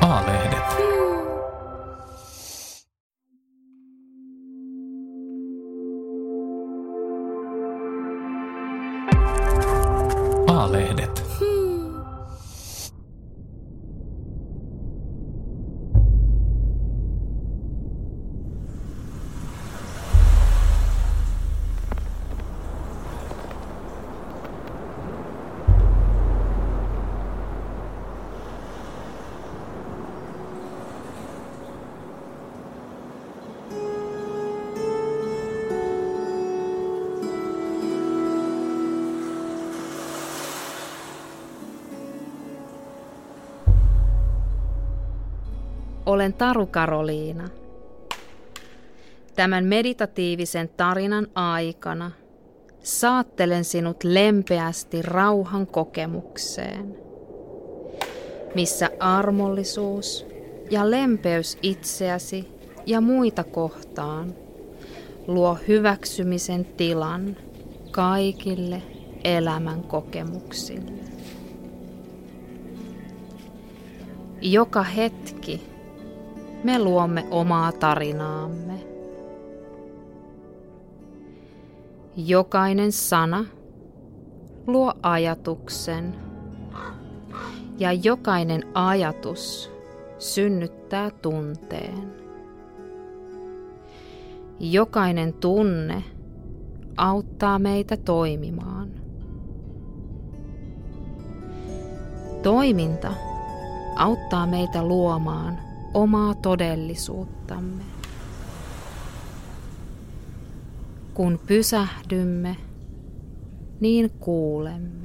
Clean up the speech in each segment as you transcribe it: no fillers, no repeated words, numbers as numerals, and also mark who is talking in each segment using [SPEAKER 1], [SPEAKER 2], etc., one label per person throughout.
[SPEAKER 1] A-lehdet. A-lehdet.
[SPEAKER 2] Olen Taru Karoliina. Tämän meditatiivisen tarinan aikana saattelen sinut lempeästi rauhan kokemukseen, missä armollisuus ja lempeys itseäsi ja muita kohtaan luo hyväksymisen tilan kaikille elämän kokemuksille. Joka hetki me luomme omaa tarinaamme. Jokainen sana luo ajatuksen ja jokainen ajatus synnyttää tunteen. Jokainen tunne auttaa meitä toimimaan. Toiminta auttaa meitä luomaan omaa todellisuuttamme. Kun pysähdymme, niin kuulemme.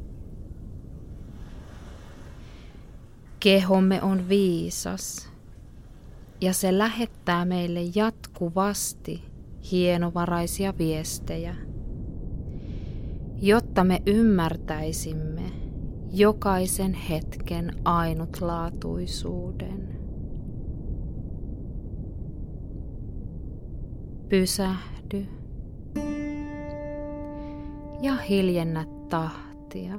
[SPEAKER 2] Kehomme on viisas ja se lähettää meille jatkuvasti hienovaraisia viestejä, jotta me ymmärtäisimme jokaisen hetken ainutlaatuisuuden. Pysähdy ja hiljennä tahtia.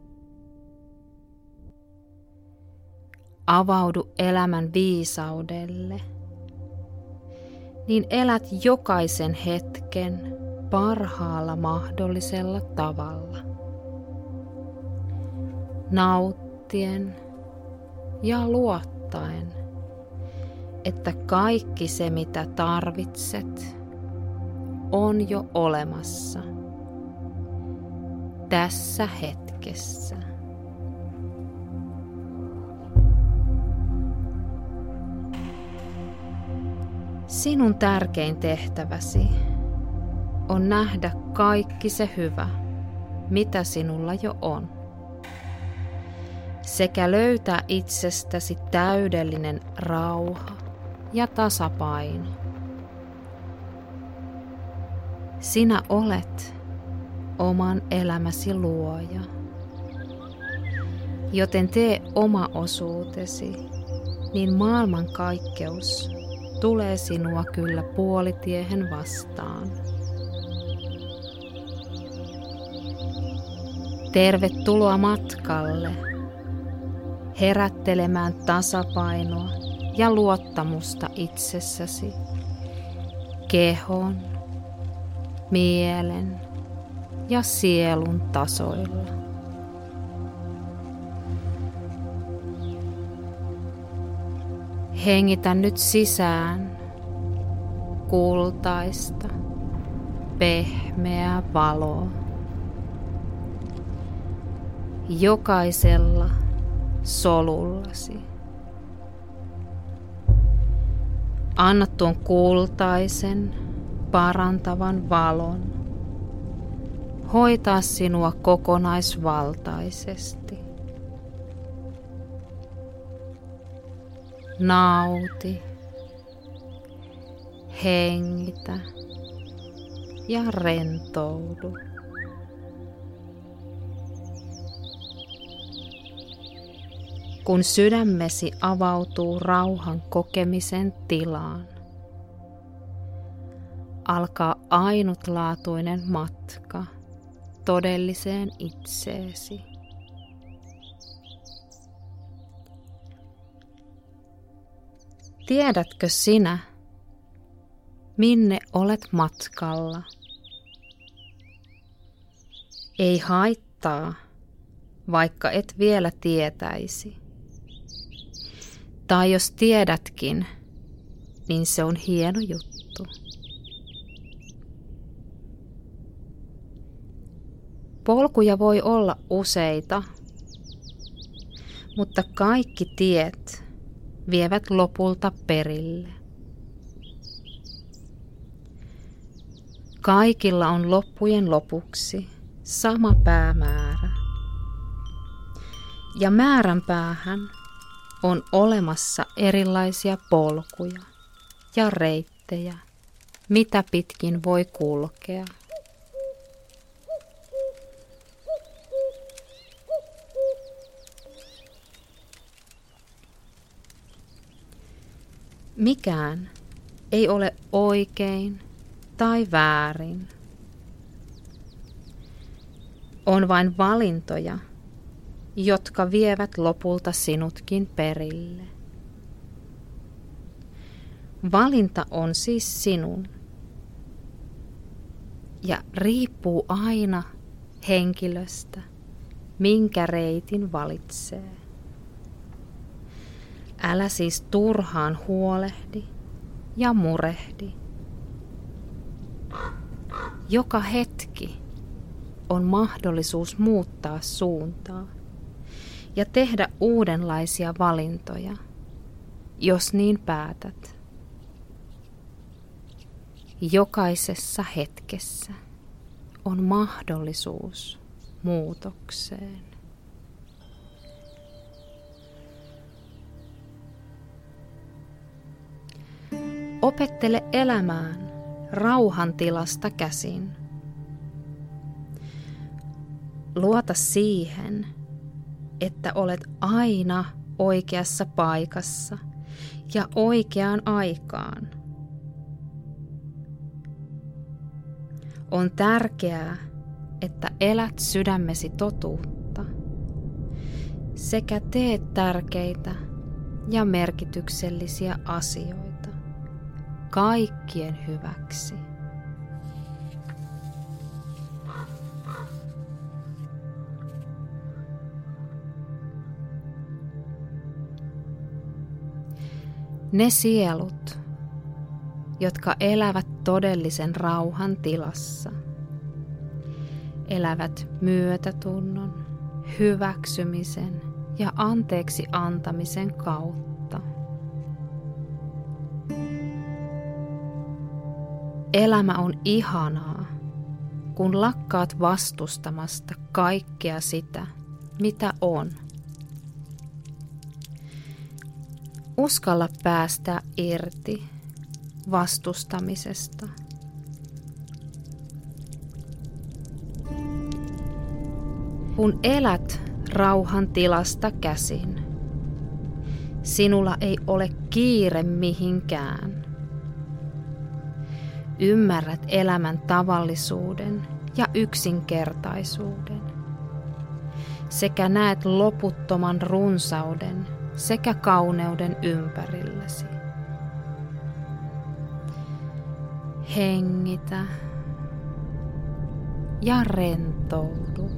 [SPEAKER 2] Avaudu elämän viisaudelle, niin elät jokaisen hetken parhaalla mahdollisella tavalla. Nauttien ja luottaen, että kaikki se mitä tarvitset on jo olemassa tässä hetkessä. Sinun tärkein tehtäväsi on nähdä kaikki se hyvä, mitä sinulla jo on, sekä löytää itsestäsi täydellinen rauha ja tasapaino. Sinä olet oman elämäsi luoja, joten tee oma osuutesi, niin maailmankaikkeus tulee sinua kyllä puolitiehen vastaan. Tervetuloa matkalle, herättelemään tasapainoa ja luottamusta itsessäsi, kehon, mielen ja sielun tasoilla. Hengitä nyt sisään kultaista, pehmeää valoa. Jokaisella solullasi. Anna tuon kultaisen, parantavan valon hoitaa sinua kokonaisvaltaisesti. Nauti, hengitä ja rentoudu. Kun sydämesi avautuu rauhan kokemisen tilaan, alkaa ainutlaatuinen matka todelliseen itseesi. Tiedätkö sinä, minne olet matkalla? Ei haittaa, vaikka et vielä tietäisi. Tai jos tiedätkin, niin se on hieno juttu. Polkuja voi olla useita, mutta kaikki tiet vievät lopulta perille. Kaikilla on loppujen lopuksi sama päämäärä. Ja määränpäähän on olemassa erilaisia polkuja ja reittejä, mitä pitkin voi kulkea. Mikään ei ole oikein tai väärin. On vain valintoja, jotka vievät lopulta sinutkin perille. Valinta on siis sinun ja riippuu aina henkilöstä, minkä reitin valitsee. Älä siis turhaan huolehdi ja murehdi. Joka hetki on mahdollisuus muuttaa suuntaa ja tehdä uudenlaisia valintoja, jos niin päätät. Jokaisessa hetkessä on mahdollisuus muutokseen. Opettele elämään rauhan tilasta käsin. Luota siihen, että olet aina oikeassa paikassa ja oikeaan aikaan. On tärkeää, että elät sydämesi totuutta sekä teet tärkeitä ja merkityksellisiä asioita kaikkien hyväksi. Ne sielut, jotka elävät todellisen rauhan tilassa, elävät myötätunnon, hyväksymisen ja anteeksi antamisen kautta. Elämä on ihanaa, kun lakkaat vastustamasta kaikkea sitä, mitä on. Uskalla päästää irti vastustamisesta. Kun elät rauhan tilasta käsin, sinulla ei ole kiire mihinkään. Ymmärrät elämän tavallisuuden ja yksinkertaisuuden sekä näet loputtoman runsauden sekä kauneuden ympärilläsi. Hengitä ja rentoudu.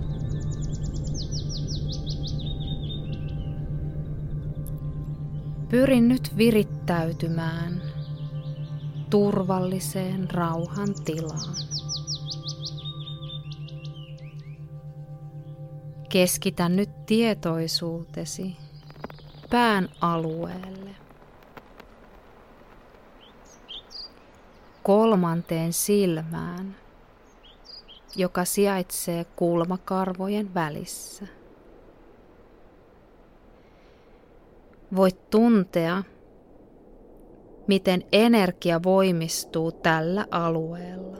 [SPEAKER 2] Pyri nyt virittäytymään turvalliseen rauhan tilaan. Keskitä nyt tietoisuutesi pään alueelle. Kolmanteen silmään, joka sijaitsee kulmakarvojen välissä. Voit tuntea, miten energia voimistuu tällä alueella.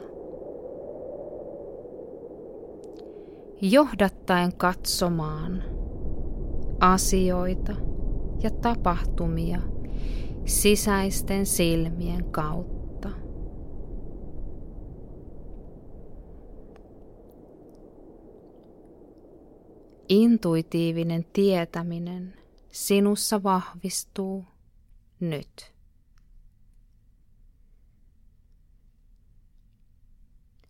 [SPEAKER 2] Johdattaen katsomaan asioita ja tapahtumia sisäisten silmien kautta. Intuitiivinen tietäminen sinussa vahvistuu nyt.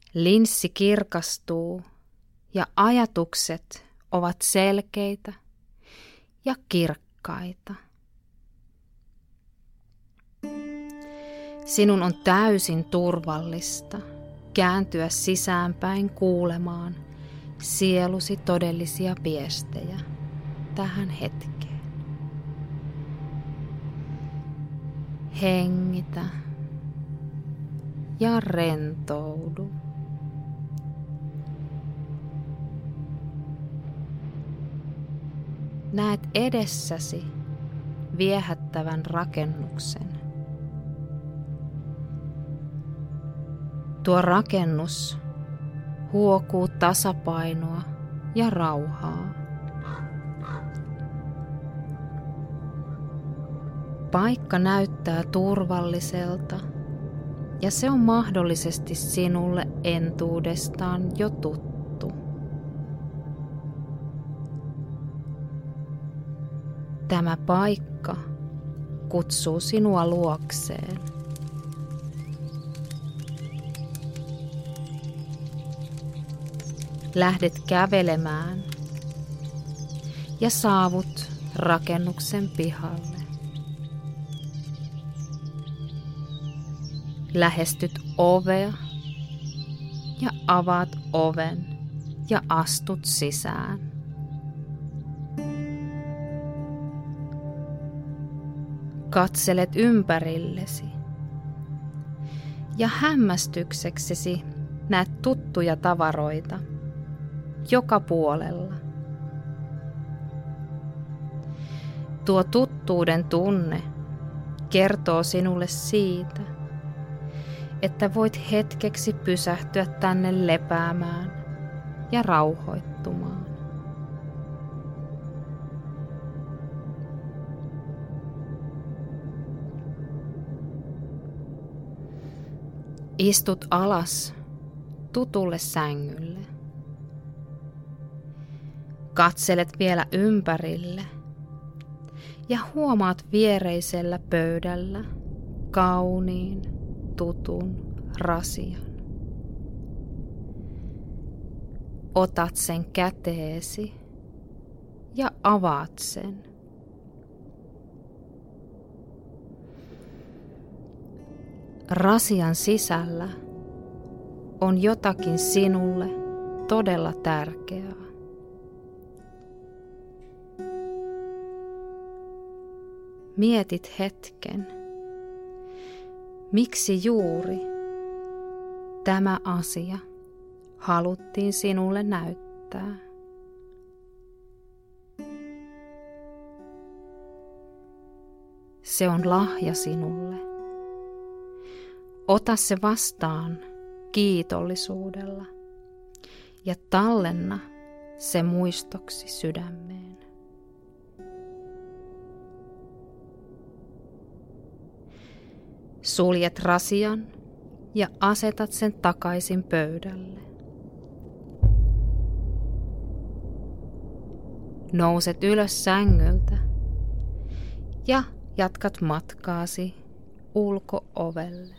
[SPEAKER 2] Linssi kirkastuu ja ajatukset ovat selkeitä ja kirkkaita. Sinun on täysin turvallista kääntyä sisäänpäin kuulemaan sielusi todellisia viestejä tähän hetkeen. Hengitä ja rentoudu. Näet edessäsi viehättävän rakennuksen. Tuo rakennus huokuu tasapainoa ja rauhaa. Paikka näyttää turvalliselta ja se on mahdollisesti sinulle entuudestaan jo tuttu. Tämä paikka kutsuu sinua luokseen. Lähdet kävelemään ja saavut rakennuksen pihalle. Lähestyt ovea ja avaat oven ja astut sisään. Katselet ympärillesi ja hämmästykseksesi näet tuttuja tavaroita joka puolella. Tuo tuttuuden tunne kertoo sinulle siitä, että voit hetkeksi pysähtyä tänne lepäämään ja rauhoittumaan. Istut alas tutulle sängylle. Katselet vielä ympärille ja huomaat viereisellä pöydällä kauniin, tutun rasian. Otat sen käteesi ja avaat sen. Rasian sisällä on jotakin sinulle todella tärkeää. Mietit hetken, miksi juuri tämä asia haluttiin sinulle näyttää. Se on lahja sinulle. Ota se vastaan kiitollisuudella ja tallenna se muistoksi sydämeen. Suljet rasian ja asetat sen takaisin pöydälle. Nouset ylös sängyltä ja jatkat matkaasi ulko-ovelle.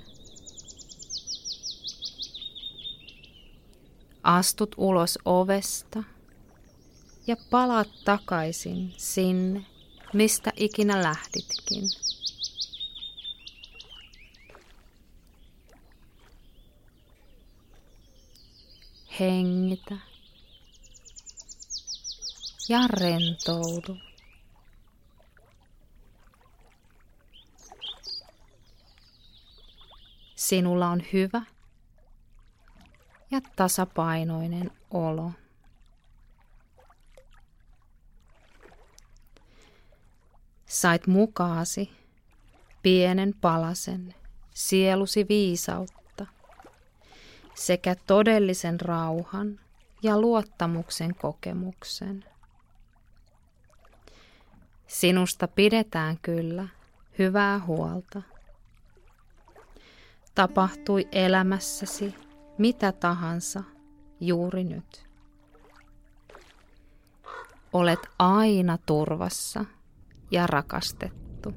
[SPEAKER 2] Astut ulos ovesta ja palaat takaisin sinne, mistä ikinä lähditkin. Hengitä ja rentoudu. Sinulla on hyvä ja tasapainoinen olo. Sait mukaasi pienen palasen sielusi viisautta sekä todellisen rauhan ja luottamuksen kokemuksen. Sinusta pidetään kyllä hyvää huolta. Tapahtui elämässäsi mitä tahansa juuri nyt. Olet aina turvassa ja rakastettu.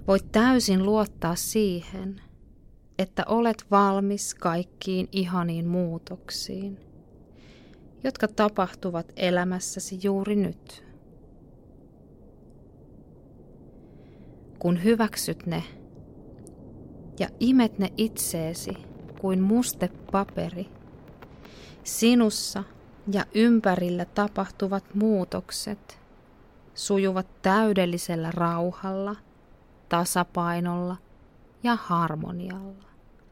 [SPEAKER 2] Voit täysin luottaa siihen, että olet valmis kaikkiin ihaniin muutoksiin, jotka tapahtuvat elämässäsi juuri nyt. Kun hyväksyt ne ja imet ne itseesi kuin mustepaperi, sinussa ja ympärillä tapahtuvat muutokset sujuvat täydellisellä rauhalla, tasapainolla ja harmonialla.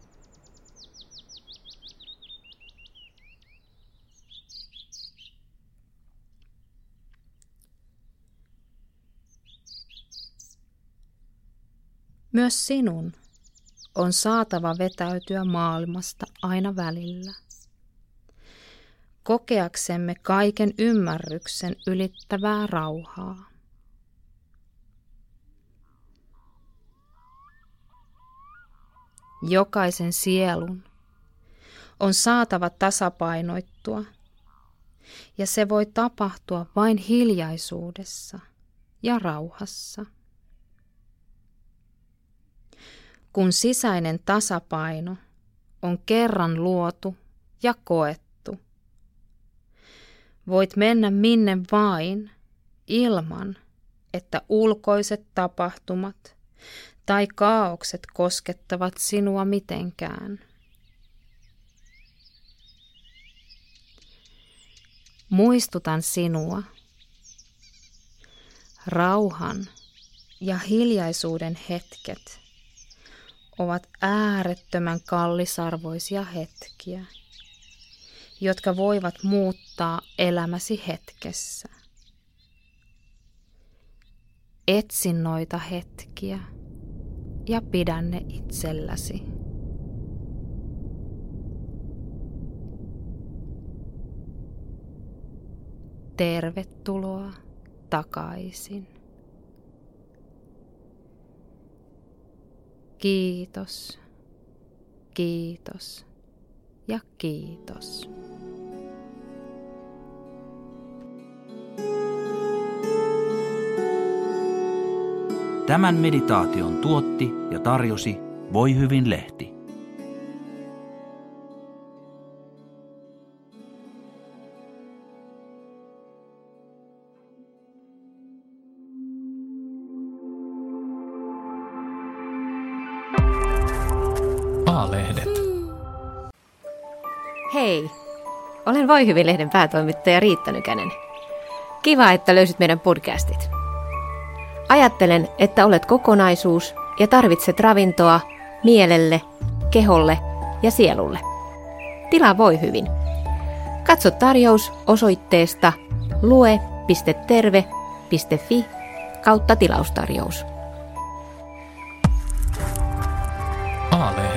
[SPEAKER 2] Myös sinun on saatava vetäytyä maailmasta aina välillä, kokeaksemme kaiken ymmärryksen ylittävää rauhaa. Jokaisen sielun on saatava tasapainoittua, ja se voi tapahtua vain hiljaisuudessa ja rauhassa. Kun sisäinen tasapaino on kerran luotu ja koettu, voit mennä minne vain ilman, että ulkoiset tapahtumat tai kaaokset koskettavat sinua mitenkään. Muistutan sinua, rauhan ja hiljaisuuden hetket ovat äärettömän kallisarvoisia hetkiä, jotka voivat muuttaa elämäsi hetkessä. Etsi noita hetkiä ja pidä ne itselläsi. Tervetuloa takaisin. Kiitos, kiitos ja kiitos.
[SPEAKER 1] Tämän meditaation tuotti ja tarjosi Voi Hyvin-lehti.
[SPEAKER 3] A-lehdet.
[SPEAKER 4] Hei, olen Voi Hyvin-lehden päätoimittaja Riitta Nykänen. Kiva, että löysit meidän podcastit. Ajattelen, että olet kokonaisuus ja tarvitset ravintoa mielelle, keholle ja sielulle. Tilaa Voi Hyvin. Katso tarjous osoitteesta lue.terve.fi/tilaustarjous.
[SPEAKER 3] A-lehdet.